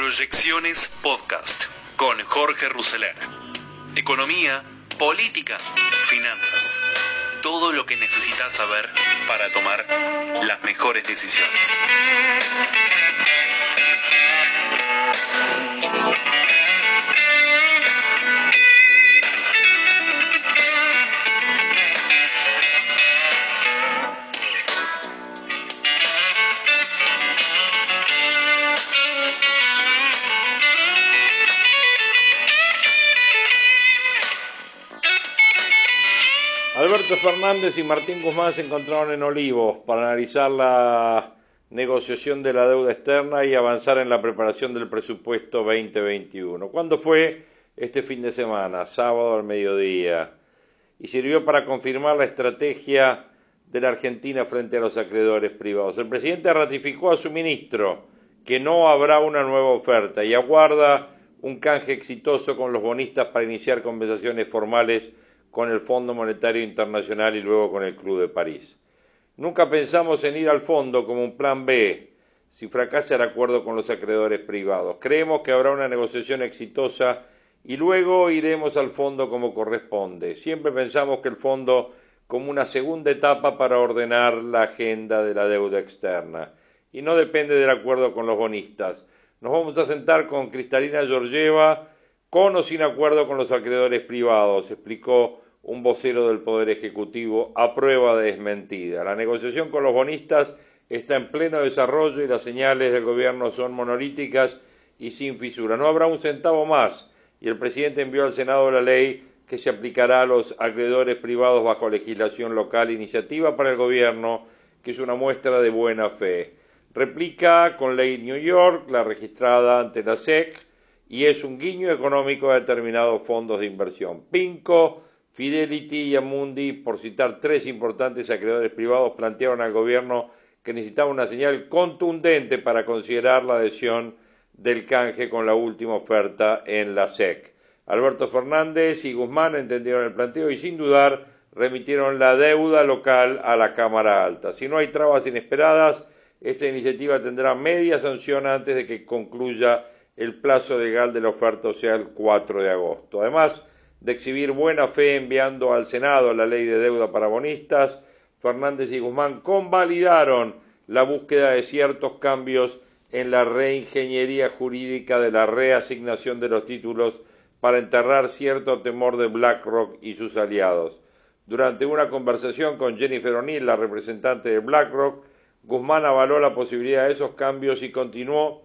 Proyecciones Podcast con Jorge Rousseler. Economía, política, finanzas. Todo lo que necesitas saber para tomar las mejores decisiones. Alberto Fernández y Martín Guzmán se encontraron en Olivos para analizar la negociación de la deuda externa y avanzar en la preparación del presupuesto 2021. ¿Cuándo fue? Este fin de semana, sábado al mediodía, y sirvió para confirmar la estrategia de la Argentina frente a los acreedores privados. El presidente ratificó a su ministro que no habrá una nueva oferta y aguarda un canje exitoso con los bonistas para iniciar conversaciones formales con el Fondo Monetario Internacional y luego con el Club de París. Nunca pensamos en ir al fondo como un plan B si fracasa el acuerdo con los acreedores privados. Creemos que habrá una negociación exitosa y luego iremos al fondo como corresponde. Siempre pensamos que el fondo como una segunda etapa para ordenar la agenda de la deuda externa. Y no depende del acuerdo con los bonistas. Nos vamos a sentar con Kristalina Georgieva, con o sin acuerdo con los acreedores privados, explicó un vocero del Poder Ejecutivo a prueba de desmentida. La negociación con los bonistas está en pleno desarrollo y las señales del gobierno son monolíticas y sin fisura. No habrá un centavo más y el presidente envió al Senado la ley que se aplicará a los acreedores privados bajo legislación local, iniciativa para el gobierno, que es una muestra de buena fe. Replica con ley New York, la registrada ante la SEC, y es un guiño económico a determinados fondos de inversión. PINCO, Fidelity y Amundi, por citar tres importantes acreedores privados, plantearon al gobierno que necesitaba una señal contundente para considerar la adhesión del canje con la última oferta en la SEC. Alberto Fernández y Guzmán entendieron el planteo y sin dudar remitieron la deuda local a la Cámara Alta. Si no hay trabas inesperadas, esta iniciativa tendrá media sanción antes de que concluya el plazo legal de la oferta, o sea, el 4 de agosto. Además de exhibir buena fe enviando al Senado la ley de deuda para bonistas, Fernández y Guzmán convalidaron la búsqueda de ciertos cambios en la reingeniería jurídica de la reasignación de los títulos para enterrar cierto temor de BlackRock y sus aliados. Durante una conversación con Jennifer O'Neill, la representante de BlackRock, Guzmán avaló la posibilidad de esos cambios y continuó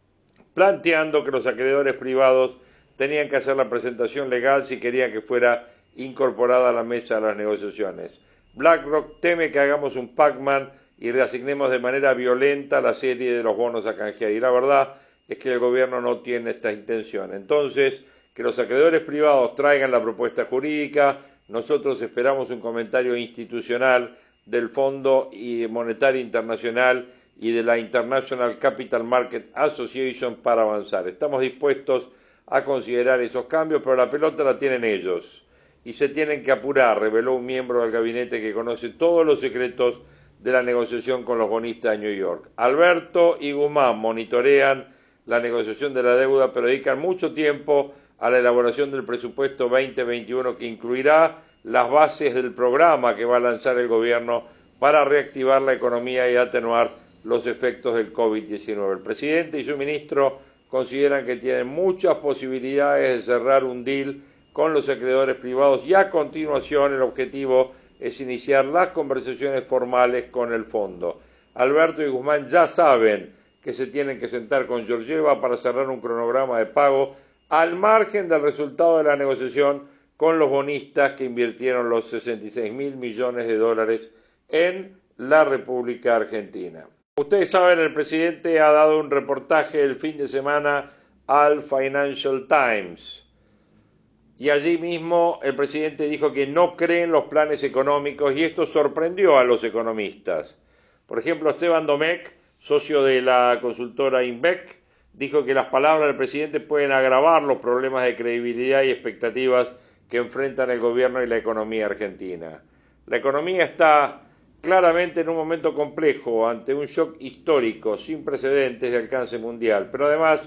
planteando que los acreedores privados tenían que hacer la presentación legal si querían que fuera incorporada a la mesa de las negociaciones. BlackRock teme que hagamos un Pac-Man y reasignemos de manera violenta la serie de los bonos a canjear. Y la verdad es que el gobierno no tiene esta intención. Entonces, que los acreedores privados traigan la propuesta jurídica, nosotros esperamos un comentario institucional del Fondo Monetario Internacional y de la International Capital Market Association para avanzar. Estamos dispuestos a considerar esos cambios, pero la pelota la tienen ellos y se tienen que apurar, reveló un miembro del gabinete que conoce todos los secretos de la negociación con los bonistas de New York. Alberto y Guzmán monitorean la negociación de la deuda, pero dedican mucho tiempo a la elaboración del presupuesto 2021 que incluirá las bases del programa que va a lanzar el gobierno para reactivar la economía y atenuar los efectos del COVID-19. El presidente y su ministro consideran que tienen muchas posibilidades de cerrar un deal con los acreedores privados y a continuación el objetivo es iniciar las conversaciones formales con el fondo. Alberto y Guzmán ya saben que se tienen que sentar con Georgieva para cerrar un cronograma de pago al margen del resultado de la negociación con los bonistas que invirtieron los 66.000 millones de dólares en la República Argentina. Ustedes saben, el presidente ha dado un reportaje el fin de semana al Financial Times y allí mismo el presidente dijo que no cree en los planes económicos y esto sorprendió a los economistas. Por ejemplo, Esteban Domecq, socio de la consultora INVEC, dijo que las palabras del presidente pueden agravar los problemas de credibilidad y expectativas que enfrentan el gobierno y la economía argentina. La economía está claramente en un momento complejo, ante un shock histórico sin precedentes de alcance mundial, pero además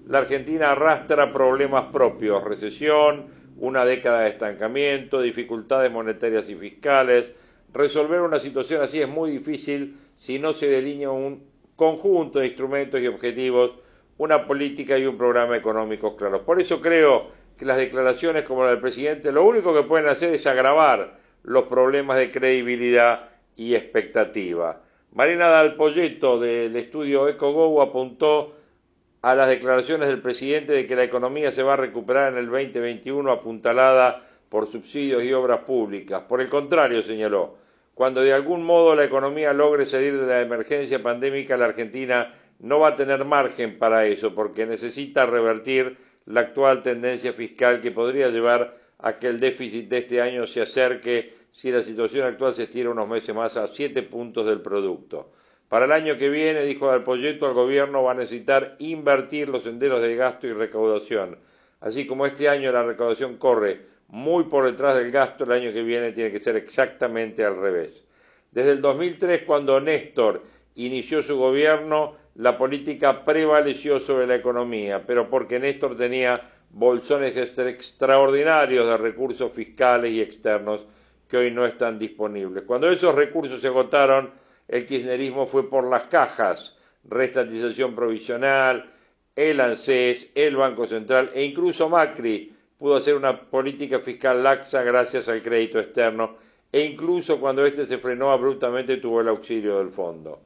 la Argentina arrastra problemas propios, recesión, una década de estancamiento, dificultades monetarias y fiscales. Resolver una situación así es muy difícil si no se delinea un conjunto de instrumentos y objetivos, una política y un programa económico claros. Por eso creo que las declaraciones como la del presidente lo único que pueden hacer es agravar los problemas de credibilidad y expectativa. Marina Dal Poyetto del estudio EcoGo apuntó a las declaraciones del presidente de que la economía se va a recuperar en el 2021 apuntalada por subsidios y obras públicas. Por el contrario, señaló, cuando de algún modo la economía logre salir de la emergencia pandémica, la Argentina no va a tener margen para eso, porque necesita revertir la actual tendencia fiscal que podría llevar a que el déficit de este año se acerque, si la situación actual se estira unos meses más, a 7 puntos del producto. Para el año que viene, dijo Dal Poyetto, el gobierno va a necesitar invertir los senderos de gasto y recaudación. Así como este año la recaudación corre muy por detrás del gasto, el año que viene tiene que ser exactamente al revés. Desde el 2003, cuando Néstor inició su gobierno, la política prevaleció sobre la economía, pero porque Néstor tenía bolsones extraordinarios de recursos fiscales y externos que hoy no están disponibles. Cuando esos recursos se agotaron, el kirchnerismo fue por las cajas, reestatización provisional, el ANSES, el Banco Central e incluso Macri pudo hacer una política fiscal laxa gracias al crédito externo e incluso cuando este se frenó abruptamente tuvo el auxilio del fondo.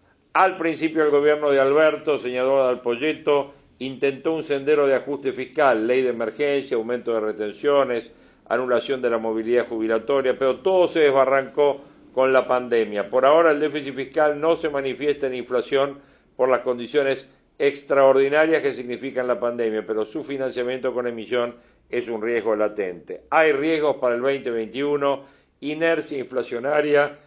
Al principio el gobierno de Alberto, señaló Dal Poyetto, intentó un sendero de ajuste fiscal, ley de emergencia, aumento de retenciones, anulación de la movilidad jubilatoria, pero todo se desbarrancó con la pandemia. Por ahora el déficit fiscal no se manifiesta en inflación por las condiciones extraordinarias que significan la pandemia, pero su financiamiento con emisión es un riesgo latente. Hay riesgos para el 2021, inercia inflacionaria,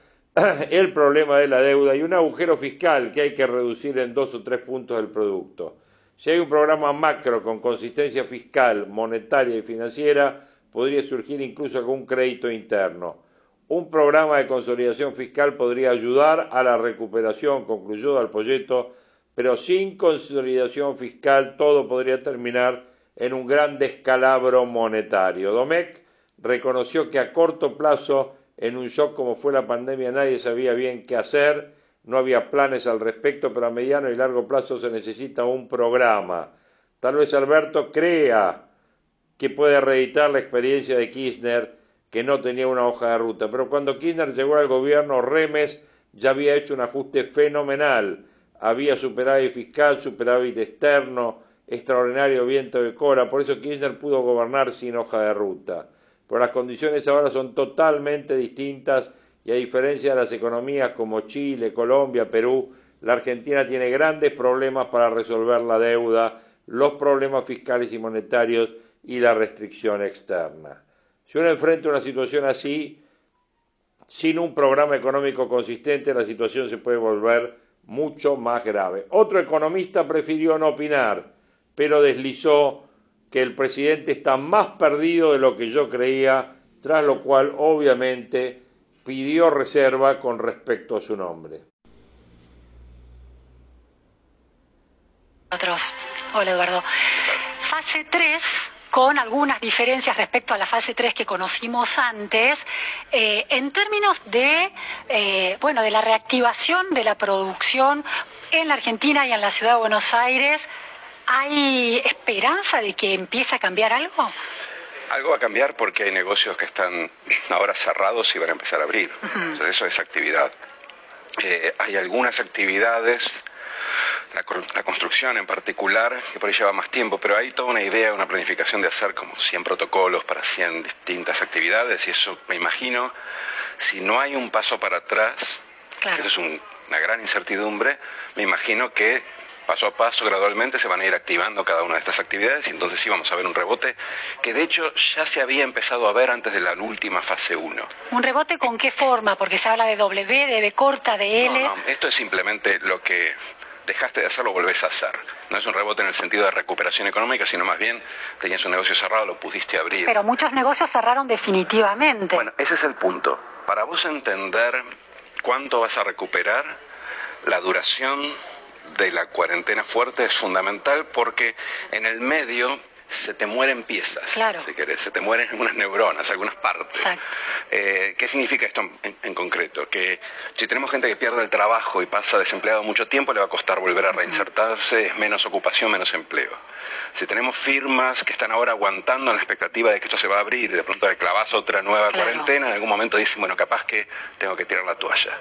el problema de la deuda y un agujero fiscal que hay que reducir en 2 o 3 puntos del producto. Si hay un programa macro con consistencia fiscal, monetaria y financiera, podría surgir incluso algún crédito interno. Un programa de consolidación fiscal podría ayudar a la recuperación, concluyó Dal Poyetto, pero sin consolidación fiscal todo podría terminar en un gran descalabro monetario. Domecq reconoció que a corto plazo, en un shock como fue la pandemia, nadie sabía bien qué hacer, no había planes al respecto, pero a mediano y largo plazo se necesita un programa. Tal vez Alberto crea que puede reeditar la experiencia de Kirchner, que no tenía una hoja de ruta, pero cuando Kirchner llegó al gobierno, Remes ya había hecho un ajuste fenomenal, había superávit fiscal, superávit externo, extraordinario viento de cola, por eso Kirchner pudo gobernar sin hoja de ruta. Pero las condiciones ahora son totalmente distintas y a diferencia de las economías como Chile, Colombia, Perú, la Argentina tiene grandes problemas para resolver la deuda, los problemas fiscales y monetarios y la restricción externa. Si uno enfrenta una situación así, sin un programa económico consistente, la situación se puede volver mucho más grave. Otro economista prefirió no opinar, pero deslizó que el presidente está más perdido de lo que yo creía, tras lo cual obviamente pidió reserva con respecto a su nombre. Hola Eduardo. Fase 3, con algunas diferencias respecto a la fase 3 que conocimos antes, en términos de, de la reactivación de la producción en la Argentina y en la ciudad de Buenos Aires, ¿hay esperanza de que empiece a cambiar algo? Algo va a cambiar porque hay negocios que están ahora cerrados y van a empezar a abrir. O sea, eso es actividad. Hay algunas actividades, la construcción en particular, que por ahí lleva más tiempo, pero hay toda una idea, una planificación de hacer como 100 protocolos para 100 distintas actividades, y eso me imagino, si no hay un paso para atrás, claro, que eso es una gran incertidumbre, me imagino que paso a paso, gradualmente, se van a ir activando cada una de estas actividades y entonces sí vamos a ver un rebote que de hecho ya se había empezado a ver antes de la última fase 1. ¿Un rebote con qué forma? Porque se habla de W, de B corta, de L. No, esto es simplemente lo que dejaste de hacer, lo volvés a hacer. No es un rebote en el sentido de recuperación económica, sino más bien tenías un negocio cerrado, lo pudiste abrir. Pero muchos negocios cerraron definitivamente. Bueno, ese es el punto. Para vos entender cuánto vas a recuperar, la duración de la cuarentena fuerte es fundamental porque en el medio se te mueren piezas, claro, si querés, se te mueren algunas neuronas, algunas partes. ¿Qué significa esto en concreto? Que si tenemos gente que pierde el trabajo y pasa desempleado mucho tiempo, le va a costar volver a reinsertarse, es menos ocupación, menos empleo. Si tenemos firmas que están ahora aguantando en la expectativa de que esto se va a abrir y de pronto le clavas otra nueva cuarentena, en algún momento dicen, bueno, capaz que tengo que tirar la toalla.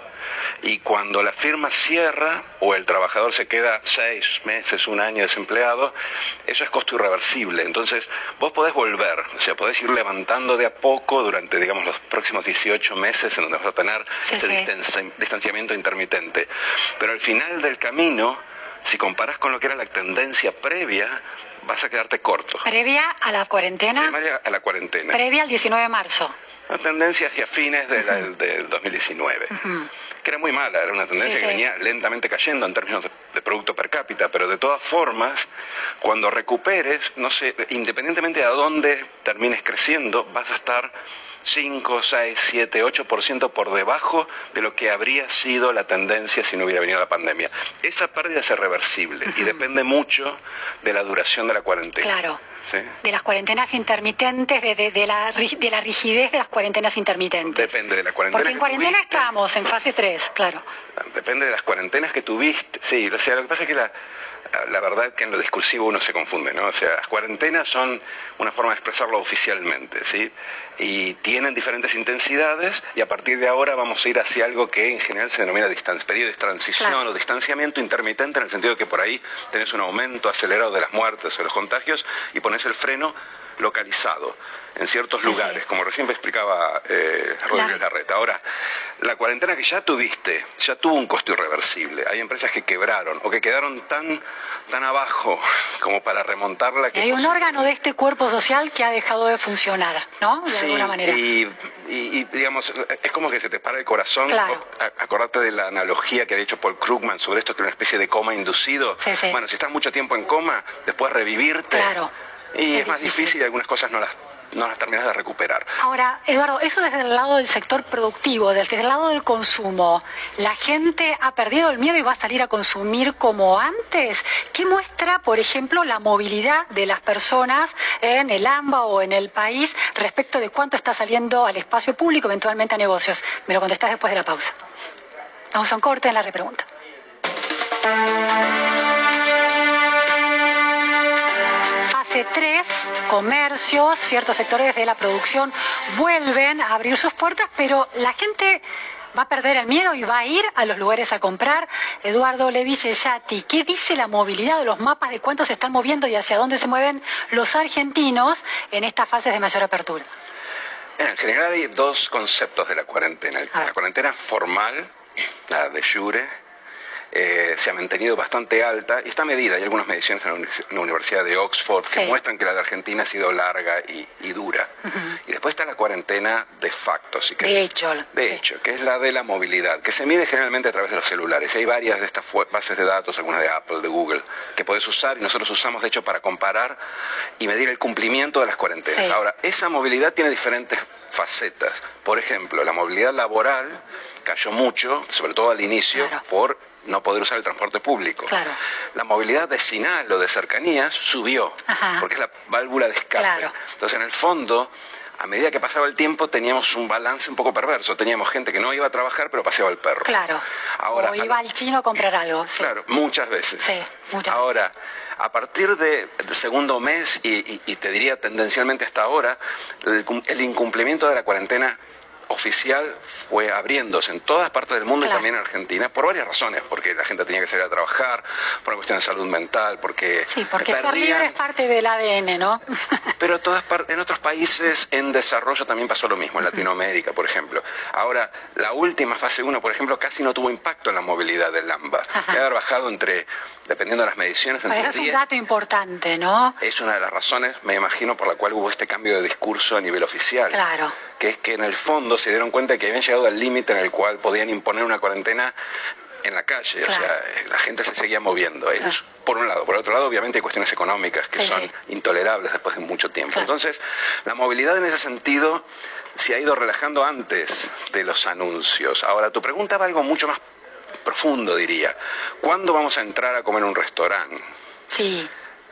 Y cuando la firma cierra o el trabajador se queda 6 meses, un año desempleado, eso es costo irreversible. Entonces, vos podés volver, o sea, podés ir levantando de a poco durante, digamos, los próximos 18 meses en donde vas a tener distanciamiento intermitente. Pero al final del camino, si comparás con lo que era la tendencia previa, vas a quedarte corto. ¿Previa a la cuarentena? Previa a la cuarentena. Previa al 19 de marzo. Una tendencia hacia fines del 2019, que era muy mala, era una tendencia que venía lentamente cayendo en términos de producto per cápita, pero de todas formas, cuando recuperes, no sé, independientemente de a dónde termines creciendo, vas a estar 5, 6, 7, 8% por debajo de lo que habría sido la tendencia si no hubiera venido la pandemia. Esa pérdida es irreversible y depende mucho de la duración de la cuarentena. Claro. ¿Sí? De las cuarentenas intermitentes, de la rigidez de las cuarentenas intermitentes. Depende de la cuarentena. Porque en cuarentena estamos en fase 3, claro. Depende de las cuarentenas que tuviste. Sí, o sea, lo que pasa es que la verdad es que en lo discursivo uno se confunde, ¿no? O sea, las cuarentenas son una forma de expresarlo oficialmente, ¿sí? Y tienen diferentes intensidades y a partir de ahora vamos a ir hacia algo que en general se denomina periodo de transición o distanciamiento intermitente, en el sentido de que por ahí tenés un aumento acelerado de las muertes o de los contagios y pones el freno localizado en ciertos lugares, como recién explicaba Rodríguez Larreta. Ahora, la cuarentena que ya tuviste, ya tuvo un costo irreversible. Hay empresas que quebraron o que quedaron tan abajo como para remontarla. Que hay un órgano de este cuerpo social que ha dejado de funcionar, ¿no? De alguna manera. Y digamos, es como que se te para el corazón. Claro. Acordate de la analogía que había hecho Paul Krugman sobre esto, que era una especie de coma inducido. Bueno, si estás mucho tiempo en coma, después revivirte. Claro. Y es más difícil y algunas cosas no las terminas de recuperar. Ahora, Eduardo, eso desde el lado del sector productivo, desde el lado del consumo, ¿la gente ha perdido el miedo y va a salir a consumir como antes? ¿Qué muestra, por ejemplo, la movilidad de las personas en el AMBA o en el país respecto de cuánto está saliendo al espacio público, eventualmente a negocios? Me lo contestás después de la pausa. Vamos a un corte en la repregunta. Fase 3, comercios, ciertos sectores de la producción vuelven a abrir sus puertas, pero la gente va a perder el miedo y va a ir a los lugares a comprar. Eduardo Levi Cellati, ¿qué dice la movilidad de los mapas de cuánto se están moviendo y hacia dónde se mueven los argentinos en estas fases de mayor apertura? En general hay dos conceptos de la cuarentena. La cuarentena formal, la de jure, se ha mantenido bastante alta y está medida. Hay algunas mediciones en la Universidad de Oxford que muestran que la de Argentina ha sido larga y dura. Y después está la cuarentena de facto, si querés. De hecho, que es la de la movilidad, que se mide generalmente a través de los celulares. Hay varias de estas bases de datos, algunas de Apple, de Google, que podés usar y nosotros usamos, de hecho, para comparar y medir el cumplimiento de las cuarentenas. Ahora, esa movilidad tiene diferentes facetas. Por ejemplo, la movilidad laboral cayó mucho, sobre todo al inicio, por no poder usar el transporte público. La movilidad vecinal o de cercanías subió, porque es la válvula de escape. Entonces, en el fondo, a medida que pasaba el tiempo, teníamos un balance un poco perverso. Teníamos gente que no iba a trabajar, pero paseaba el perro. Ahora, o iba al chino a comprar algo. Claro, muchas veces. Ahora, a partir del segundo mes, y te diría tendencialmente hasta ahora, el incumplimiento de la cuarentena oficial fue abriéndose en todas partes del mundo y también en Argentina, por varias razones, porque la gente tenía que salir a trabajar, por una cuestión de salud mental, porque ser libre es parte del ADN, ¿no? Pero en otros países en desarrollo también pasó lo mismo, en Latinoamérica, por ejemplo. Ahora, la última fase 1, por ejemplo, casi no tuvo impacto en la movilidad del AMBA. Debe haber bajado dependiendo de las mediciones, entre 10. Eso es un dato importante, ¿no? Es una de las razones, me imagino, por la cual hubo este cambio de discurso a nivel oficial. Que es que en el fondo se dieron cuenta de que habían llegado al límite en el cual podían imponer una cuarentena en la calle, o sea, la gente se seguía moviendo. Eso es por un lado. Por otro lado, obviamente hay cuestiones económicas que son intolerables después de mucho tiempo. Entonces, la movilidad en ese sentido se ha ido relajando antes de los anuncios. Ahora, tu pregunta va algo mucho más profundo, diría. ¿Cuándo vamos a entrar a comer en un restaurante? Sí.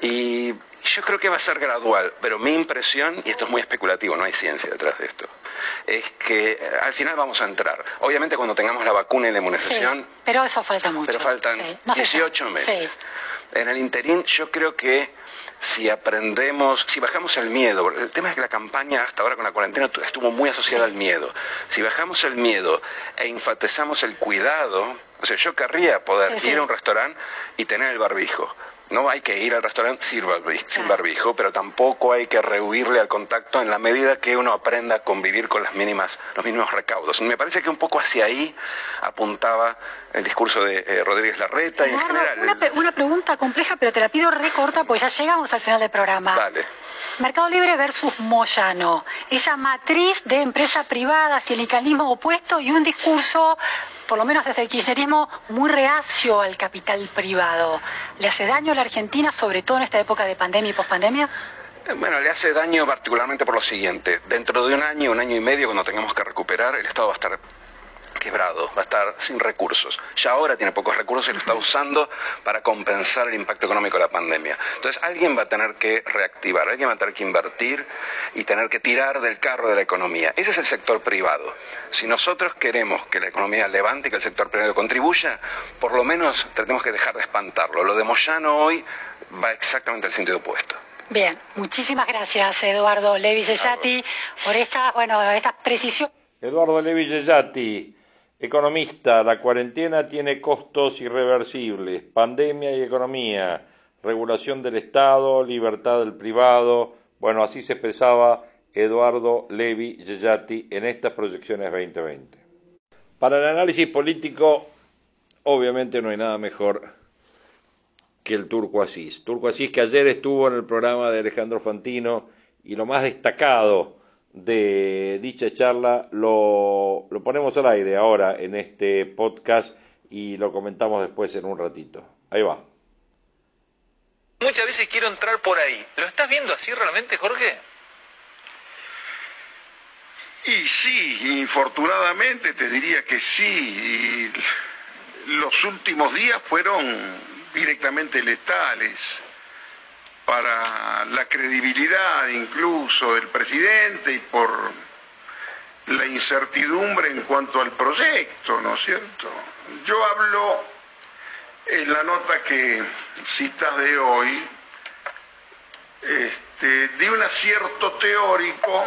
Y yo creo que va a ser gradual, pero mi impresión, y esto es muy especulativo, no hay ciencia detrás de esto, es que al final vamos a entrar. Obviamente cuando tengamos la vacuna y la inmunización... Sí, pero eso falta mucho. Pero faltan 18 meses. Sí. En el interín yo creo que si aprendemos, si bajamos el miedo, el tema es que la campaña hasta ahora con la cuarentena estuvo muy asociada al miedo. Si bajamos el miedo e enfatizamos el cuidado, o sea, yo querría poder ir a un restaurante y tener el barbijo. No hay que ir al restaurante sin barbijo, pero tampoco hay que rehuirle al contacto en la medida que uno aprenda a convivir con los mínimos recaudos. Me parece que un poco hacia ahí apuntaba el discurso de Rodríguez Larreta y en general... Una pregunta compleja, pero te la pido recorta, pues ya llegamos al final del programa. Dale. Mercado Libre versus Moyano, esa matriz de empresa privada, sindicalismo opuesto y un discurso, por lo menos desde el kirchnerismo, muy reacio al capital privado. ¿Le hace daño a la Argentina, sobre todo en esta época de pandemia y pospandemia? Bueno, le hace daño particularmente por lo siguiente. Dentro de un año y medio, cuando tengamos que recuperar, el Estado va a estar quebrado, va a estar sin recursos. Ya ahora tiene pocos recursos y lo está usando para compensar el impacto económico de la pandemia. Entonces alguien va a tener que reactivar, alguien va a tener que invertir y tener que tirar del carro de la economía. Ese es el sector privado. Si nosotros queremos que la economía levante y que el sector privado contribuya, por lo menos tenemos que dejar de espantarlo. Lo de Moyano hoy va exactamente al sentido opuesto. Bien, muchísimas gracias Eduardo Levi Yeyati por esta precisión. Eduardo Levi Yeyati, economista. La cuarentena tiene costos irreversibles: pandemia y economía, regulación del Estado, libertad del privado. Bueno, así se expresaba Eduardo Levi Yeyati en estas proyecciones 2020. Para el análisis político, obviamente no hay nada mejor que el Turco Asís. Turco Asís, que ayer estuvo en el programa de Alejandro Fantino, y lo más destacado de dicha charla lo ponemos al aire ahora en este podcast y lo comentamos después en un ratito. Ahí va. Muchas veces quiero entrar por ahí. ¿Lo estás viendo así realmente, Jorge? Y sí, infortunadamente te diría que sí. Y los últimos días fueron directamente letales para la credibilidad incluso del presidente y por la incertidumbre en cuanto al proyecto, ¿no es cierto? Yo hablo en la nota que citas de hoy de un acierto teórico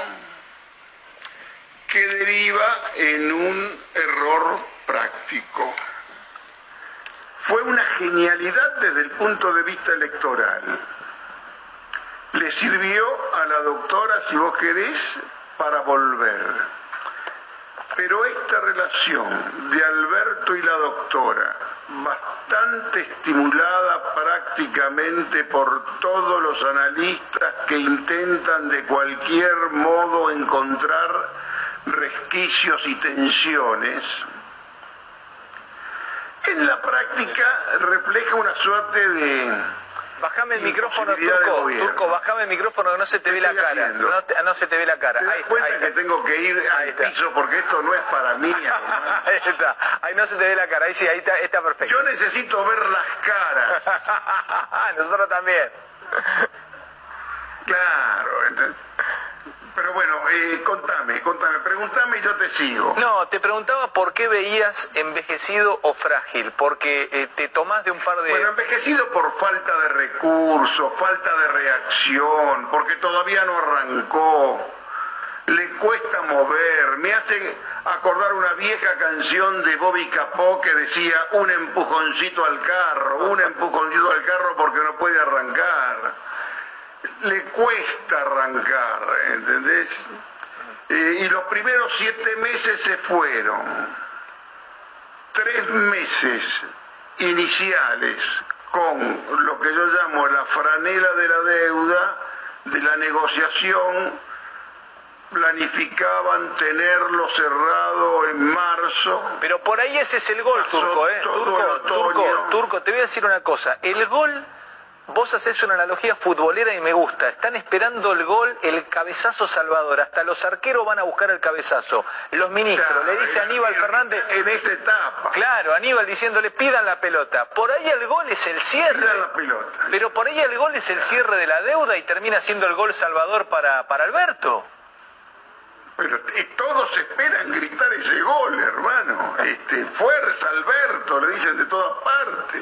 que deriva en un error práctico. Fue una genialidad desde el punto de vista electoral. Le sirvió a la doctora, si vos querés, para volver. Pero esta relación de Alberto y la doctora, bastante estimulada prácticamente por todos los analistas que intentan de cualquier modo encontrar resquicios y tensiones, en la práctica refleja una suerte de... Bajame el micrófono, Turco, bajame el micrófono, que no se te ve la cara. No se te ve la cara. ¿Te das cuenta que tengo que ir al piso porque esto no es para mí? Ahí está, ahí no se te ve la cara, ahí sí, ahí está perfecto. Yo necesito ver las caras. Nosotros también. Claro, pero bueno, contame, pregúntame y yo te sigo. No, te preguntaba por qué veías envejecido o frágil, porque te tomás de un par de... Bueno, envejecido por falta de recursos, falta de reacción, porque todavía no arrancó, le cuesta mover, me hace acordar una vieja canción de Bobby Capó que decía un empujoncito al carro porque no puede arrancar. Le cuesta arrancar, ¿entendés? Y los primeros 7 meses se fueron. 3 meses iniciales con lo que yo llamo la franela de la deuda, de la negociación, planificaban tenerlo cerrado en marzo. Pero por ahí ese es el gol, Turco, Turco, Turco, te voy a decir una cosa. El gol vos haces una analogía futbolera y me gusta. Están esperando el gol, el cabezazo salvador. Hasta los arqueros van a buscar el cabezazo. Los ministros, claro, le dice a Aníbal Fernández... En esa etapa. Claro, Aníbal diciéndole, pidan la pelota. Por ahí el gol es el cierre. Pidan la pelota. Pero por ahí el gol es el cierre de la deuda y termina siendo el gol salvador para Alberto. Pero todos esperan gritar ese gol, hermano. Fuerza, Alberto, le dicen de todas partes.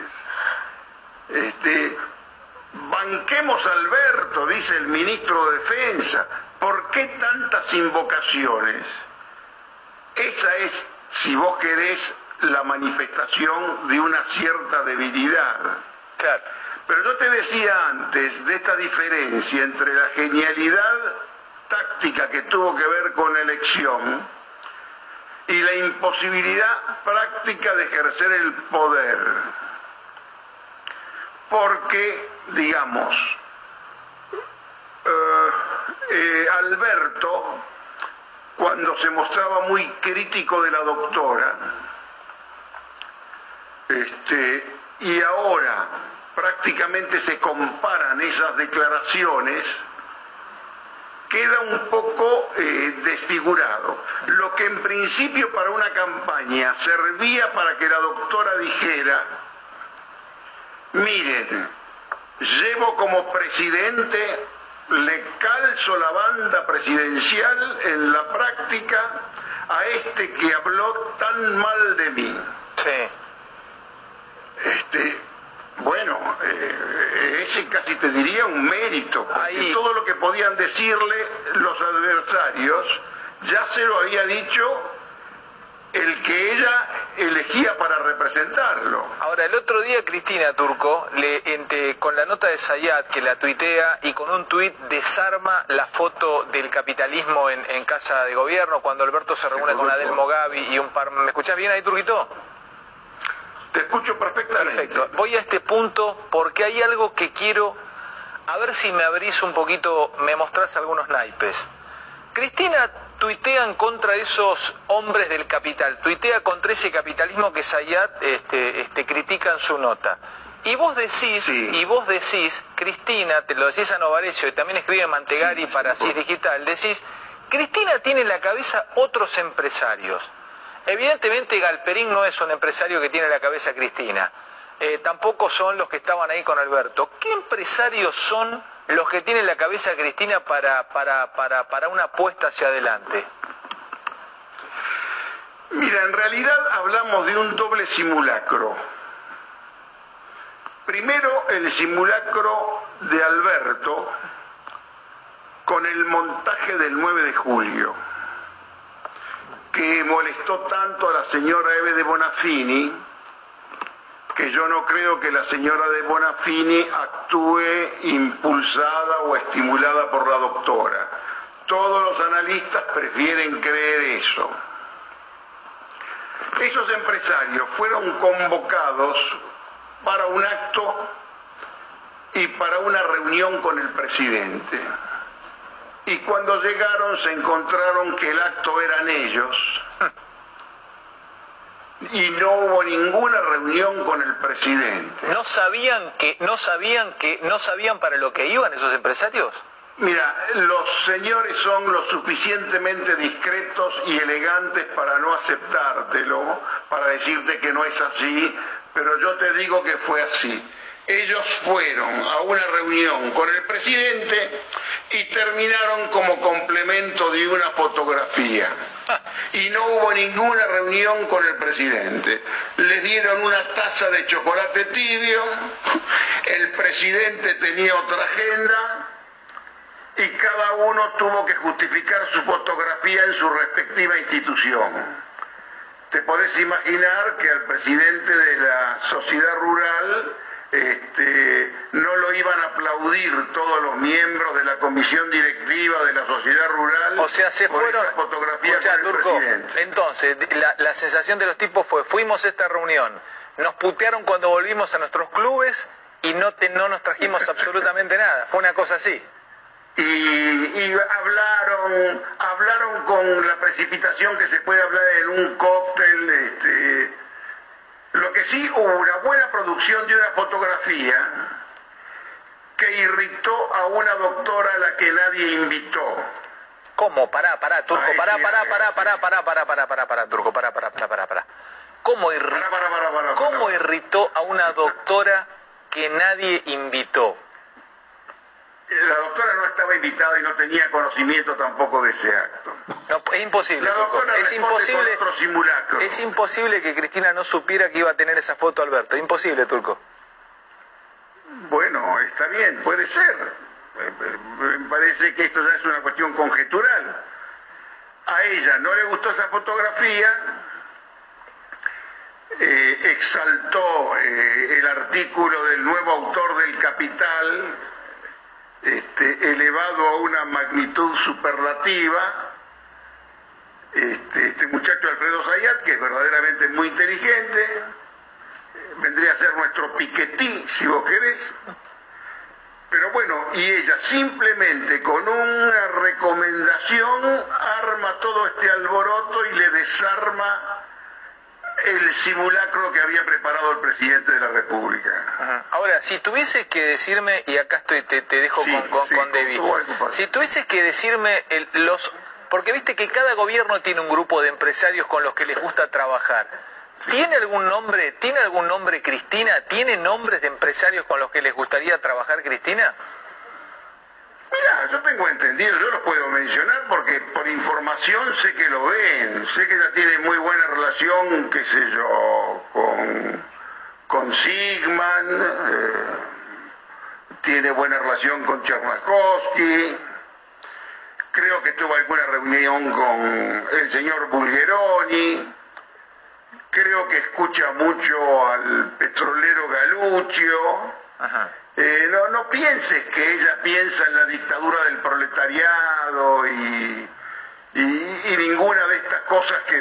Banquemos a Alberto, dice el ministro de Defensa. ¿Por qué tantas invocaciones? Esa es, si vos querés, la manifestación de una cierta debilidad. Claro. Pero yo te decía antes de esta diferencia entre la genialidad táctica que tuvo que ver con la elección y la imposibilidad práctica de ejercer el poder. Porque, digamos, Alberto, cuando se mostraba muy crítico de la doctora, y ahora prácticamente se comparan esas declaraciones, queda un poco desfigurado. Lo que en principio para una campaña servía para que la doctora dijera: miren, llevo como presidente, le calzo la banda presidencial en la práctica a este que habló tan mal de mí. Sí. Bueno, ese casi te diría un mérito, porque ahí... todo lo que podían decirle los adversarios ya se lo había dicho el que ella elegía para representarlo. Ahora, el otro día Cristina Turco, con la nota de Zayat, que la tuitea, y con un tuit desarma la foto del capitalismo en Casa de Gobierno, cuando Alberto se reúne con Adelmo Gavi y un par... ¿Me escuchás bien ahí, Turquito? Te escucho perfectamente. Perfecto. Voy a este punto porque hay algo que quiero... A ver si me abrís un poquito, me mostrás algunos naipes. Cristina tuitea en contra de esos hombres del capital, tuitea contra ese capitalismo que Zayat critica en su nota. Y vos decís, Cristina, te lo decís a Novarecio, y también escribe Mantegari para CIS Digital, decís, Cristina tiene en la cabeza otros empresarios. Evidentemente Galperín no es un empresario que tiene en la cabeza Cristina. Tampoco son los que estaban ahí con Alberto. ¿Qué empresarios son los que tiene en la cabeza Cristina para una apuesta hacia adelante? Mira, en realidad hablamos de un doble simulacro. Primero, el simulacro de Alberto con el montaje del 9 de julio, que molestó tanto a la señora Eve de Bonafini, que yo no creo que la señora de Bonafini actúe impulsada o estimulada por la doctora. Todos los analistas prefieren creer eso. Esos empresarios fueron convocados para un acto y para una reunión con el presidente. Y cuando llegaron se encontraron que el acto eran ellos. Y no hubo ninguna reunión con el presidente. ¿No sabían para lo que iban esos empresarios? Mira, los señores son lo suficientemente discretos y elegantes para no aceptártelo, para decirte que no es así, pero yo te digo que fue así. Ellos fueron a una reunión con el presidente y terminaron como complemento de una fotografía. Y no hubo ninguna reunión con el presidente. Les dieron una taza de chocolate tibio, el presidente tenía otra agenda y cada uno tuvo que justificar su fotografía en su respectiva institución. Te podés imaginar que al presidente de la sociedad rural no lo iban a aplaudir todos los miembros de la comisión directiva de la sociedad rural. O sea, se fueron. Esa fotografía con el Turco, presidente. entonces, la sensación de los tipos fuimos a esta reunión, nos putearon cuando volvimos a nuestros clubes y no nos trajimos absolutamente nada. Fue una cosa así. Y hablaron con la precipitación que se puede hablar en un cóctel. Lo que sí hubo una buena producción de una fotografía que irritó a una doctora a la que nadie invitó. ¿Cómo? Pará, Turco, Ay, pará, sí, Turco, pará. ¿Cómo irritó a una doctora que nadie invitó? La doctora no estaba invitada y no tenía conocimiento tampoco de ese acto. No, es imposible, La Turco. doctora Es responde imposible. con otro simulacro. Es imposible que Cristina no supiera que iba a tener esa foto Alberto. Imposible, Turco. Bueno, está bien, puede ser. Me parece que esto ya es una cuestión conjetural. A ella no le gustó esa fotografía, exaltó el artículo del nuevo autor del Capital, elevado a una magnitud superlativa, este muchacho Alfredo Zayat, que es verdaderamente muy inteligente, vendría a ser nuestro Piketty, si vos querés. Pero bueno, y ella simplemente con una recomendación arma todo este alboroto y le desarma el simulacro que había preparado el presidente de la República. Ajá. Ahora, si tuvieses que decirme, y acá estoy, te dejo Sí, con David, si tuvieses que decirme porque viste que cada gobierno tiene un grupo de empresarios con los que les gusta trabajar. ¿Tiene algún nombre Cristina? ¿Tiene nombres de empresarios con los que les gustaría trabajar Cristina? Mira, yo tengo entendido, yo los puedo mencionar porque por información sé que lo ven, sé que ella tiene muy buena relación, qué sé yo, con Sigman, tiene buena relación con Chernyakhovsky, creo que tuvo alguna reunión con el señor Bulgeroni, creo que escucha mucho al petrolero Galuccio. Ajá. No pienses que ella piensa en la dictadura del proletariado y ninguna de estas cosas que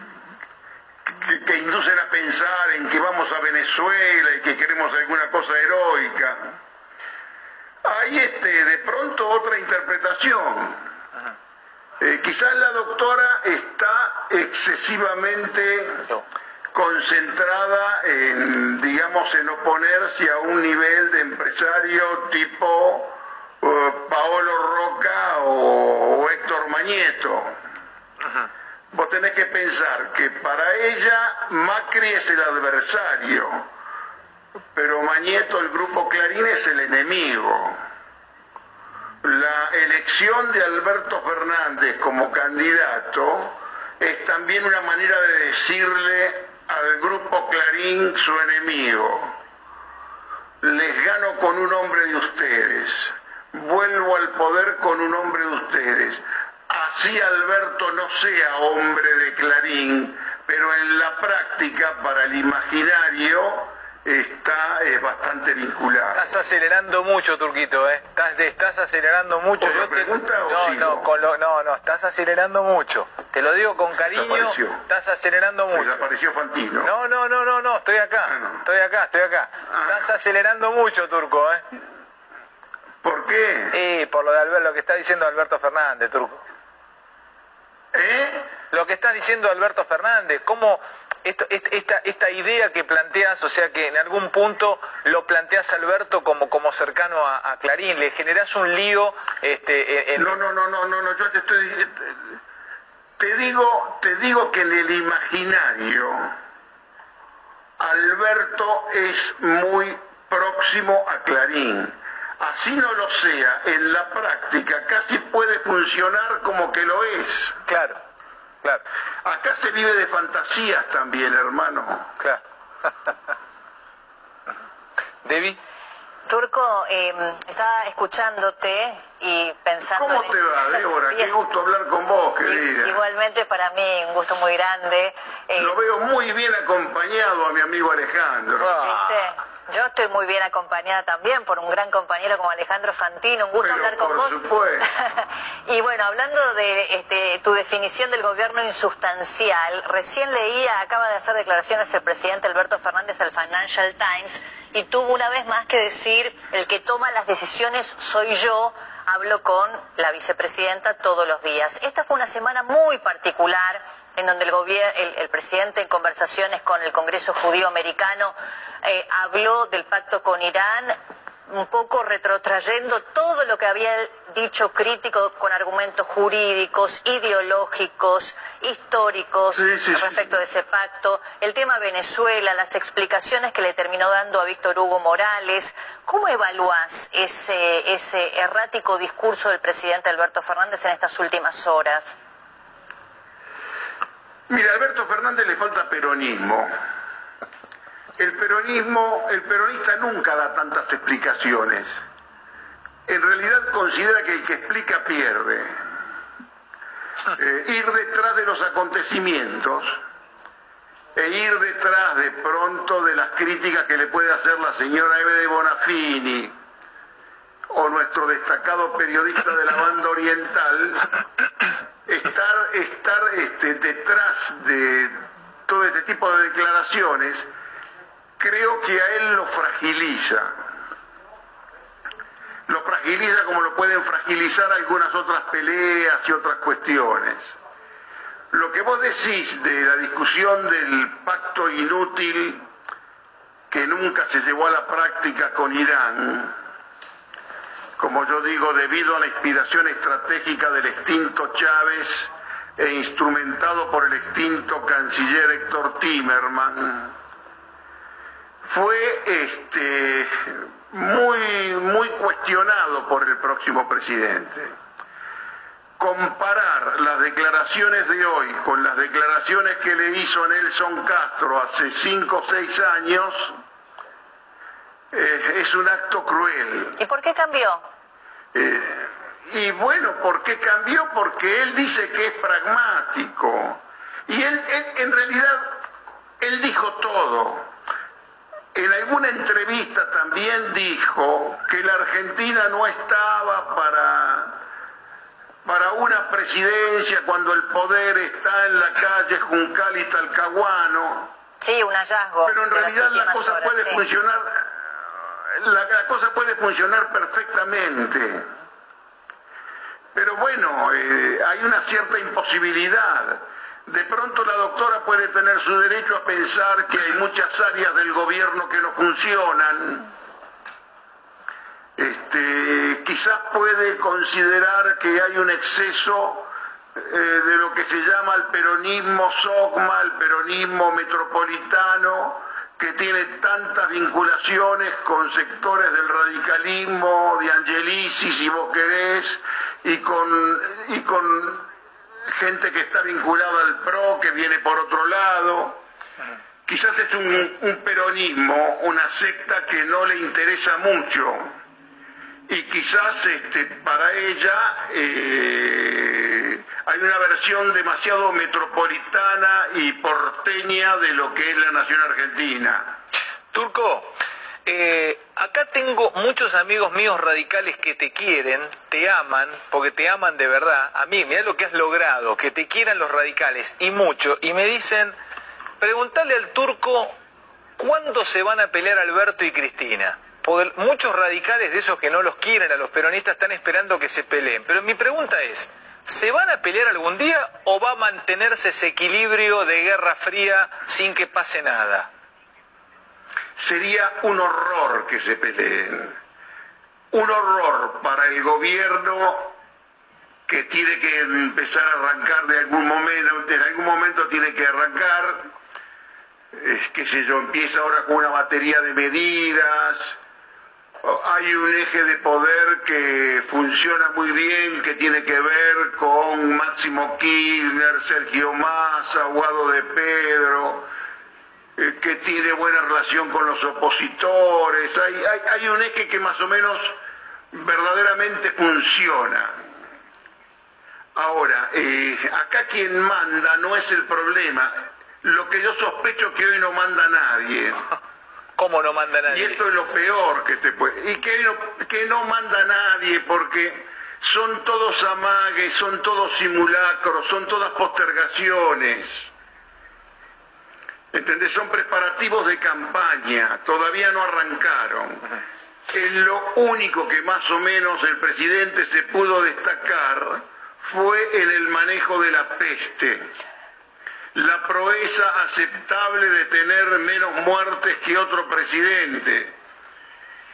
inducen a pensar en que vamos a Venezuela y que queremos alguna cosa heroica. Hay de pronto otra interpretación. Quizás la doctora está excesivamente concentrada en, digamos, en oponerse a un nivel de empresario tipo Paolo Roca o Héctor Mañeto. Vos tenés que pensar que para ella Macri es el adversario, pero Mañeto, el grupo Clarín, es el enemigo. La elección de Alberto Fernández como candidato es también una manera de decirle al grupo Clarín su enemigo. Les gano con un hombre de ustedes, vuelvo al poder con un hombre de ustedes. Así Alberto no sea hombre de Clarín, pero en la práctica, para el imaginario, está bastante vinculado. Estás acelerando mucho, Turquito, ¿eh? Estás acelerando mucho. No, estás acelerando mucho. Te lo digo con cariño. Desapareció. Estás acelerando mucho. Desapareció Fantino. No, estoy acá. Ah, no. Estoy acá. Estás acelerando mucho, Turco, ¿eh? ¿Por qué? Por lo que está diciendo Alberto Fernández, Turco. Lo que está diciendo Alberto Fernández, cómo esta idea que planteas, o sea que en algún punto lo planteas, Alberto, como cercano a Clarín, le generás un lío. No, yo te digo que en el imaginario Alberto es muy próximo a Clarín. Así no lo sea, en la práctica casi puede funcionar como que lo es. Claro. Acá se vive de fantasías también, hermano. Claro. ¿Debbie? Turco, estaba escuchándote y pensando... ¿Cómo te va, Débora? Qué gusto hablar con vos, querida. Igualmente para mí un gusto muy grande. Lo veo muy bien acompañado a mi amigo Alejandro. ¿Viste? Yo estoy muy bien acompañada también por un gran compañero como Alejandro Fantino. Un gusto hablar con vos. Por supuesto. Y bueno, hablando de tu definición del gobierno insustancial, recién leía, acaba de hacer declaraciones el presidente Alberto Fernández al Financial Times y tuvo una vez más que decir: el que toma las decisiones soy yo, hablo con la vicepresidenta todos los días. Esta fue una semana muy particular en donde el presidente, en conversaciones con el Congreso Judío Americano, habló del pacto con Irán, un poco retrotrayendo todo lo que había dicho crítico con argumentos jurídicos, ideológicos, históricos respecto de ese pacto, el tema Venezuela, las explicaciones que le terminó dando a Víctor Hugo Morales. ¿Cómo evaluás ese errático discurso del presidente Alberto Fernández en estas últimas horas? Mira, a Alberto Fernández le falta peronismo. El peronista nunca da tantas explicaciones. En realidad considera que el que explica pierde. Ir detrás de los acontecimientos e ir detrás de pronto de las críticas que le puede hacer la señora Eve de Bonafini o nuestro destacado periodista de la banda oriental, estar detrás de todo este tipo de declaraciones, creo que a él lo fragiliza. Lo fragiliza como lo pueden fragilizar algunas otras peleas y otras cuestiones. Lo que vos decís de la discusión del pacto inútil que nunca se llevó a la práctica con Irán, como yo digo, debido a la inspiración estratégica del extinto Chávez e instrumentado por el extinto canciller Héctor Timerman, fue muy cuestionado por el próximo presidente. Comparar las declaraciones de hoy con las declaraciones que le hizo Nelson Castro hace 5 o 6 años es un acto cruel. ¿Y por qué cambió? Y bueno, ¿por qué cambió? Porque él dice que es pragmático. Y él en realidad, él dijo todo. En alguna entrevista también dijo que la Argentina no estaba para una presidencia cuando el poder está en la calle Juncal y Talcahuano. Sí, un hallazgo. Pero en realidad la cosa puede funcionar, la cosa puede funcionar perfectamente. Pero bueno, hay una cierta imposibilidad. De pronto la doctora puede tener su derecho a pensar que hay muchas áreas del gobierno que no funcionan. Quizás puede considerar que hay un exceso de lo que se llama el peronismo SOCMA, el peronismo metropolitano, que tiene tantas vinculaciones con sectores del radicalismo, de Angelici, si vos querés, y con gente que está vinculada al PRO, que viene por otro lado. Quizás es un peronismo, una secta que no le interesa mucho, y quizás para ella hay una versión demasiado metropolitana y porteña de lo que es la nación argentina. Turco, acá tengo muchos amigos míos radicales que te quieren, te aman, porque te aman de verdad. A mí, mirá lo que has logrado, que te quieran los radicales, y mucho. Y me dicen, preguntale al Turco, ¿cuándo se van a pelear Alberto y Cristina? Porque muchos radicales de esos que no los quieren a los peronistas están esperando que se peleen. Pero mi pregunta es, ¿se van a pelear algún día o va a mantenerse ese equilibrio de Guerra Fría sin que pase nada? Sería un horror que se peleen. Un horror para el gobierno, que tiene que empezar a arrancar de algún momento, en algún momento tiene que arrancar, qué sé yo, empieza ahora con una batería de medidas. Hay un eje de poder que funciona muy bien, que tiene que ver con Máximo Kirchner, Sergio Massa, Guado de Pedro, que tiene buena relación con los opositores. Hay un eje que más o menos verdaderamente funciona. Ahora, acá quien manda no es el problema. Lo que yo sospecho que hoy no manda nadie. ¿Cómo no manda nadie? Y esto es lo peor que te puede... Y que no manda nadie, porque son todos amagues, son todos simulacros, son todas postergaciones. ¿Entendés? Son preparativos de campaña, todavía no arrancaron. Es lo único que más o menos el presidente se pudo destacar fue en el manejo de la peste. La proeza aceptable de tener menos muertes que otro presidente.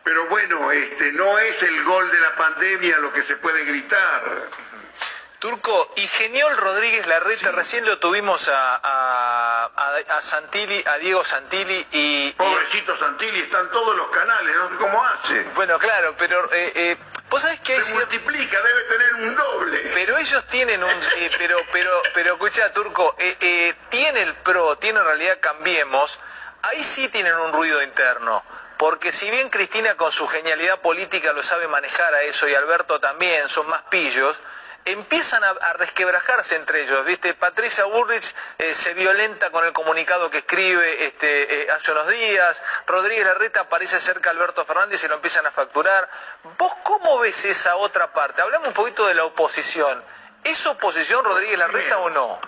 Pero bueno, no es el gol de la pandemia lo que se puede gritar. Turco, y Geniol Rodríguez Larreta, sí. Recién lo tuvimos a Santilli, a Diego Santilli y... Pobrecito Santilli, está en todos los canales, no sé cómo hace. Bueno, claro, pero vos sabés que... Se multiplica, debe tener un doble. Pero ellos tienen un... pero escuchá, Turco, tiene el PRO, tiene en realidad Cambiemos, ahí sí tienen un ruido interno. Porque si bien Cristina con su genialidad política lo sabe manejar a eso y Alberto también, son más pillos, empiezan a resquebrajarse entre ellos, ¿viste? Patricia Bullrich se violenta con el comunicado que escribe hace unos días, Rodríguez Larreta parece cerca a Alberto Fernández y lo empiezan a facturar. ¿Vos cómo ves esa otra parte? Hablamos un poquito de la oposición. ¿Es oposición Rodríguez Larreta o no?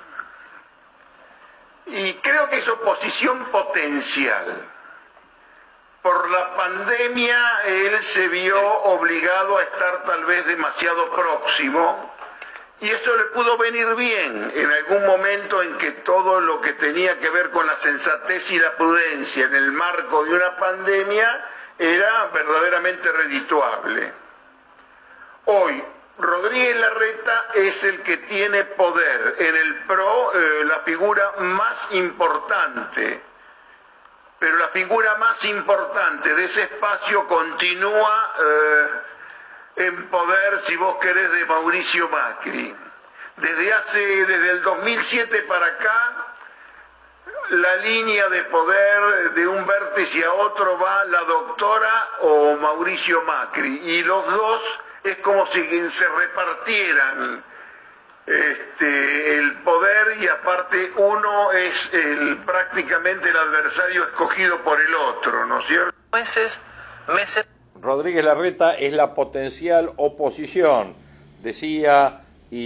Y creo que es oposición potencial. Por la pandemia él se vio obligado a estar tal vez demasiado próximo y eso le pudo venir bien en algún momento en que todo lo que tenía que ver con la sensatez y la prudencia en el marco de una pandemia era verdaderamente redituable. Hoy Rodríguez Larreta es el que tiene poder en el PRO, la figura más importante. Pero la figura más importante de ese espacio continúa en poder, si vos querés, de Mauricio Macri. Desde el 2007 para acá, la línea de poder de un vértice a otro va la doctora o Mauricio Macri. Y los dos es como si se repartieran el poder y aparte uno es prácticamente el adversario escogido por el otro, ¿no es cierto? Meses. Rodríguez Larreta es la potencial oposición, decía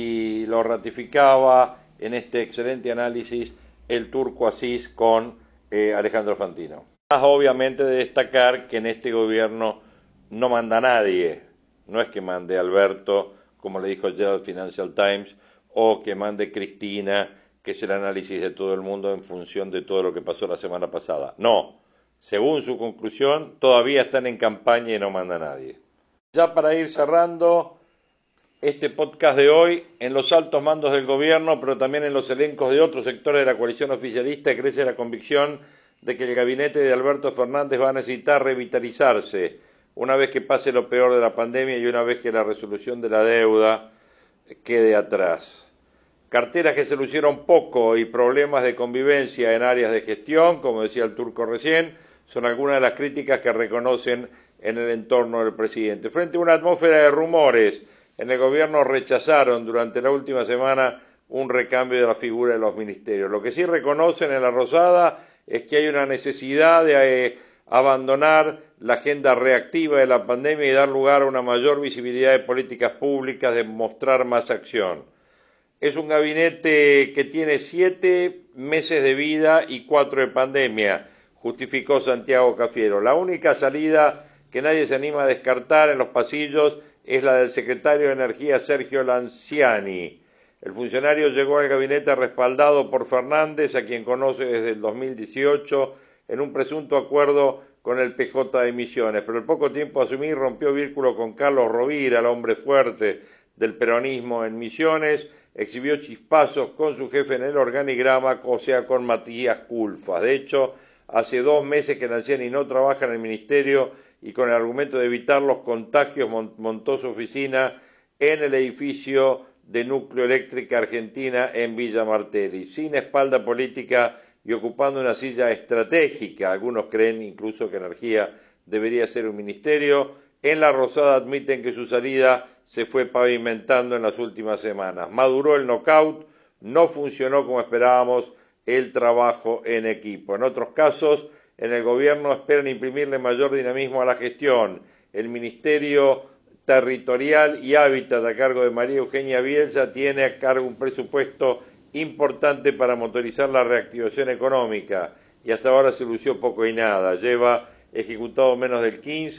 y lo ratificaba en este excelente análisis el Turco Asís con Alejandro Fantino. Más obviamente de destacar que en este gobierno no manda nadie, no es que mande Alberto, como le dijo ayer al Financial Times, o que mande Cristina, que es el análisis de todo el mundo en función de todo lo que pasó la semana pasada. No, según su conclusión, todavía están en campaña y no manda nadie. Ya para ir cerrando este podcast de hoy, en los altos mandos del gobierno, pero también en los elencos de otros sectores de la coalición oficialista, crece la convicción de que el gabinete de Alberto Fernández va a necesitar revitalizarse una vez que pase lo peor de la pandemia y una vez que la resolución de la deuda quede atrás. Carteras que se lucieron poco y problemas de convivencia en áreas de gestión, como decía el Turco recién, son algunas de las críticas que reconocen en el entorno del presidente. Frente a una atmósfera de rumores, en el gobierno rechazaron durante la última semana un recambio de la figura de los ministerios. Lo que sí reconocen en la Rosada es que hay una necesidad de abandonar la agenda reactiva de la pandemia y dar lugar a una mayor visibilidad de políticas públicas, de mostrar más acción. Es un gabinete que tiene 7 meses de vida y 4 de pandemia, justificó Santiago Cafiero. La única salida que nadie se anima a descartar en los pasillos es la del secretario de Energía Sergio Lanciani. El funcionario llegó al gabinete respaldado por Fernández, a quien conoce desde el 2018, en un presunto acuerdo con el PJ de Misiones, pero al poco tiempo de asumir rompió vínculo con Carlos Rovira, el hombre fuerte del peronismo en Misiones, exhibió chispazos con su jefe en el organigrama, o sea, con Matías Culfas. De hecho, hace 2 meses que Lanciani no trabaja en el ministerio y con el argumento de evitar los contagios montó su oficina en el edificio de Núcleo Eléctrica Argentina en Villa Martelli, sin espalda política y ocupando una silla estratégica. Algunos creen incluso que Energía debería ser un ministerio. En la Rosada admiten que su salida se fue pavimentando en las últimas semanas. Maduró el knockout, no funcionó como esperábamos el trabajo en equipo. En otros casos, en el gobierno esperan imprimirle mayor dinamismo a la gestión. El Ministerio Territorial y Hábitat, a cargo de María Eugenia Bielsa, tiene a cargo un presupuesto importante para motorizar la reactivación económica y hasta ahora se lució poco y nada. Lleva ejecutado menos del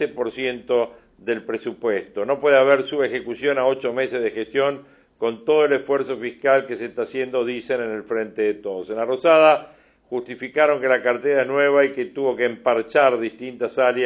15% del presupuesto. No puede haber subejecución a 8 meses de gestión con todo el esfuerzo fiscal que se está haciendo, dicen en el Frente de Todos. En la Rosada justificaron que la cartera es nueva y que tuvo que emparchar distintas áreas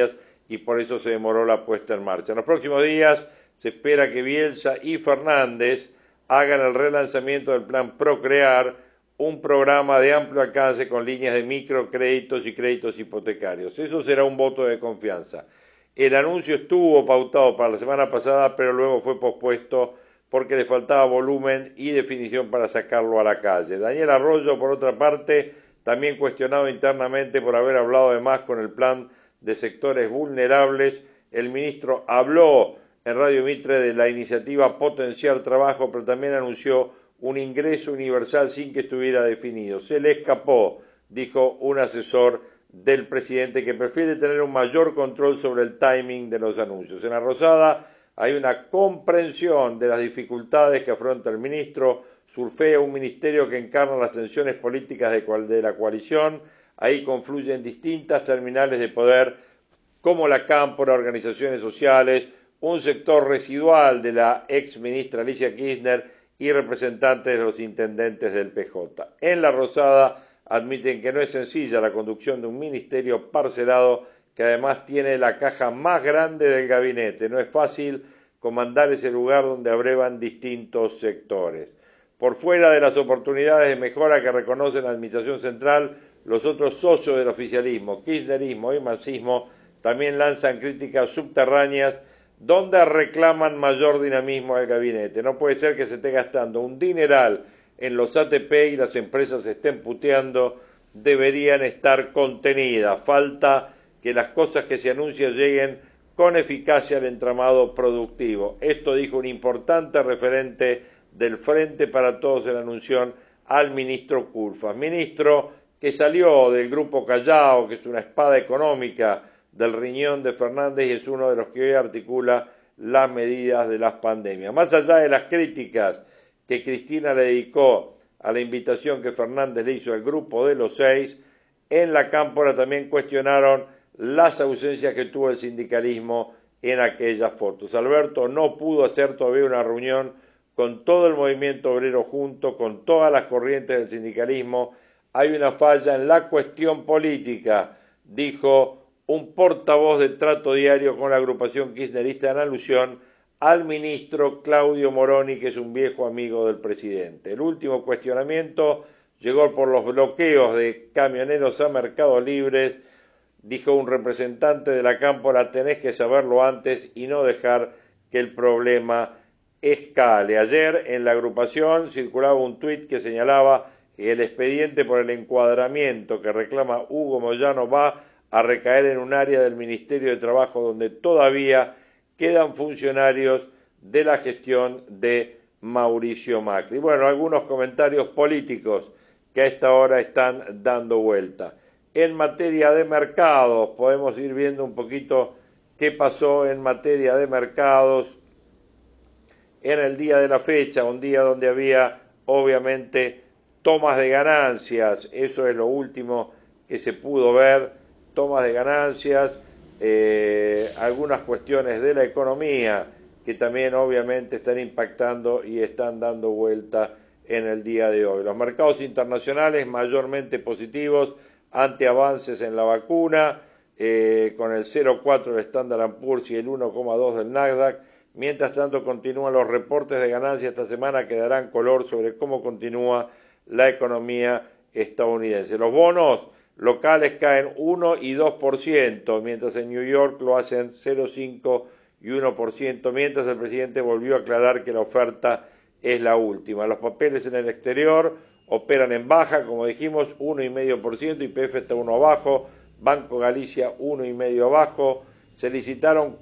y por eso se demoró la puesta en marcha. En los próximos días se espera que Bielsa y Fernández hagan el relanzamiento del plan Procrear, un programa de amplio alcance con líneas de microcréditos y créditos hipotecarios. Eso será un voto de confianza. El anuncio estuvo pautado para la semana pasada, pero luego fue pospuesto porque le faltaba volumen y definición para sacarlo a la calle. Daniel Arroyo, por otra parte, también cuestionado internamente por haber hablado de más con el plan de sectores vulnerables. El ministro habló en Radio Mitre de la iniciativa Potenciar Trabajo, pero también anunció un ingreso universal sin que estuviera definido. Se le escapó, dijo un asesor del presidente, que prefiere tener un mayor control sobre el timing de los anuncios. En la Rosada hay una comprensión de las dificultades que afronta el ministro, surfea un ministerio que encarna las tensiones políticas de la coalición. Ahí confluyen distintas terminales de poder como la Cámpora, organizaciones sociales, un sector residual de la ex ministra Alicia Kirchner y representantes de los intendentes del PJ. En la Rosada admiten que no es sencilla la conducción de un ministerio parcelado que además tiene la caja más grande del gabinete. No es fácil comandar ese lugar donde abrevan distintos sectores. Por fuera de las oportunidades de mejora que reconoce la Administración Central, los otros socios del oficialismo, kirchnerismo y marxismo, también lanzan críticas subterráneas donde reclaman mayor dinamismo al gabinete. No puede ser que se esté gastando un dineral en los ATP y las empresas se estén puteando, deberían estar contenidas. Falta que las cosas que se anuncian lleguen con eficacia al entramado productivo. Esto dijo un importante referente del Frente para Todos en la Asunción al ministro Culfas. Ministro que salió del grupo Callao, que es una espada económica del riñón de Fernández y es uno de los que hoy articula las medidas de las pandemias. Más allá de las críticas que Cristina le dedicó a la invitación que Fernández le hizo al grupo de los 6, en la Cámpora también cuestionaron las ausencias que tuvo el sindicalismo en aquellas fotos. Alberto no pudo hacer todavía una reunión con todo el movimiento obrero junto, con todas las corrientes del sindicalismo. Hay una falla en la cuestión política, dijo un portavoz de Trato Diario con la agrupación kirchnerista, en alusión al ministro Claudio Moroni, que es un viejo amigo del presidente. El último cuestionamiento llegó por los bloqueos de camioneros a Mercado Libres. Dijo un representante de la Cámpora: tenés que saberlo antes y no dejar que el problema escale. Ayer en la agrupación circulaba un tuit que señalaba que el expediente por el encuadramiento que reclama Hugo Moyano va a recaer en un área del Ministerio de Trabajo donde todavía quedan funcionarios de la gestión de Mauricio Macri. Bueno, algunos comentarios políticos que a esta hora están dando vuelta. En materia de mercados, podemos ir viendo un poquito qué pasó en materia de mercados en el día de la fecha, un día donde había obviamente tomas de ganancias. Eso es lo último que se pudo ver, tomas de ganancias, algunas cuestiones de la economía que también obviamente están impactando y están dando vuelta en el día de hoy. Los mercados internacionales mayormente positivos ante avances en la vacuna, con el 0,4 del Standard & Poor's y el 1,2 del Nasdaq. Mientras tanto, continúan los reportes de ganancias esta semana que darán color sobre cómo continúa la economía estadounidense. Los bonos locales caen 1 y 2%, mientras en New York lo hacen 0,5 y 1%, mientras el presidente volvió a aclarar que la oferta es la última. Los papeles en el exterior operan en baja, como dijimos, 1,5%, YPF está 1 abajo, Banco Galicia 1,5 abajo. Se licitaron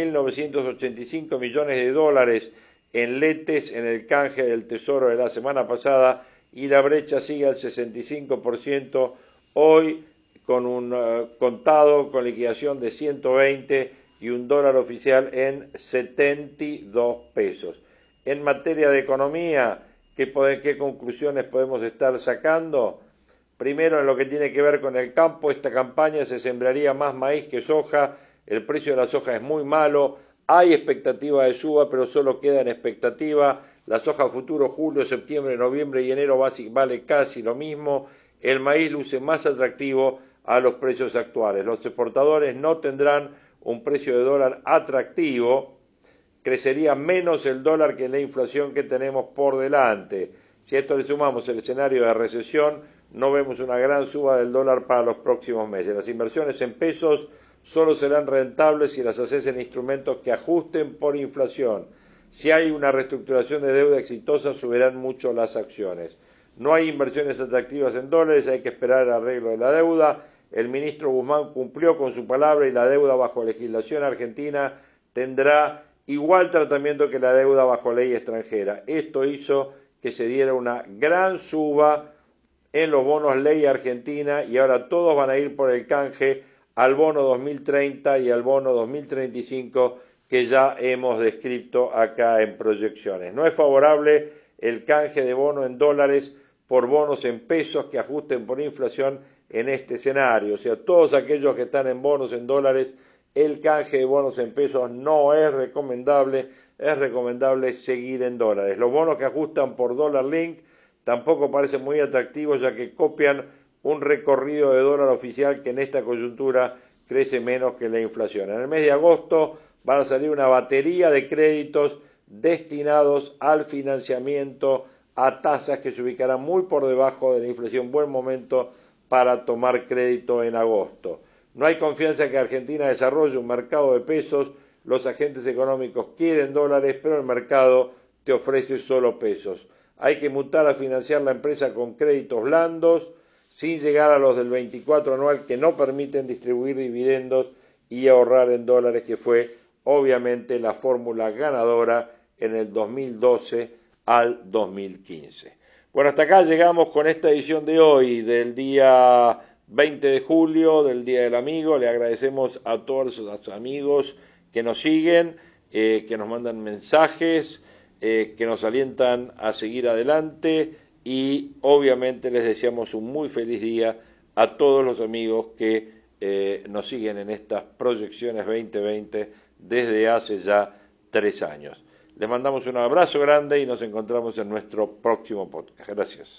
4.985 millones de dólares en letes en el canje del Tesoro de la semana pasada y la brecha sigue al 65%, hoy con un contado con liquidación de 120 y un dólar oficial en 72 pesos. En materia de economía, ¿qué conclusiones podemos estar sacando? Primero, en lo que tiene que ver con el campo, esta campaña se sembraría más maíz que soja. El precio de la soja es muy malo, hay expectativa de suba, pero solo queda en expectativa. La soja futuro julio, septiembre, noviembre y enero vale casi lo mismo. El maíz luce más atractivo a los precios actuales. Los exportadores no tendrán un precio de dólar atractivo, crecería menos el dólar que la inflación que tenemos por delante. Si a esto le sumamos el escenario de recesión, no vemos una gran suba del dólar para los próximos meses. Las inversiones en pesos solo serán rentables si las haces en instrumentos que ajusten por inflación. Si hay una reestructuración de deuda exitosa, subirán mucho las acciones. No hay inversiones atractivas en dólares, hay que esperar el arreglo de la deuda. El ministro Guzmán cumplió con su palabra y la deuda bajo legislación argentina tendrá igual tratamiento que la deuda bajo ley extranjera. Esto hizo que se diera una gran suba en los bonos ley argentina y ahora todos van a ir por el canje al bono 2030 y al bono 2035 que ya hemos descrito acá en proyecciones. No es favorable el canje de bono en dólares por bonos en pesos que ajusten por inflación en este escenario. O sea, todos aquellos que están en bonos en dólares, el canje de bonos en pesos no es recomendable seguir en dólares. Los bonos que ajustan por dólar link tampoco parecen muy atractivos, ya que copian un recorrido de dólar oficial que en esta coyuntura crece menos que la inflación. En el mes de agosto van a salir una batería de créditos destinados al financiamiento a tasas que se ubicarán muy por debajo de la inflación. Buen momento para tomar crédito en agosto. No hay confianza en que Argentina desarrolle un mercado de pesos. Los agentes económicos quieren dólares, pero el mercado te ofrece solo pesos. Hay que mutar a financiar la empresa con créditos blandos, sin llegar a los del 24 anual que no permiten distribuir dividendos y ahorrar en dólares, que fue obviamente la fórmula ganadora en el 2012 al 2015. Bueno, hasta acá llegamos con esta edición de hoy, del día 20 de julio, del Día del Amigo. Le agradecemos a todos los amigos que nos siguen, que nos mandan mensajes, que nos alientan a seguir adelante, y obviamente les deseamos un muy feliz día a todos los amigos que nos siguen en estas proyecciones 2020 desde hace ya 3 años. Les mandamos un abrazo grande y nos encontramos en nuestro próximo podcast. Gracias.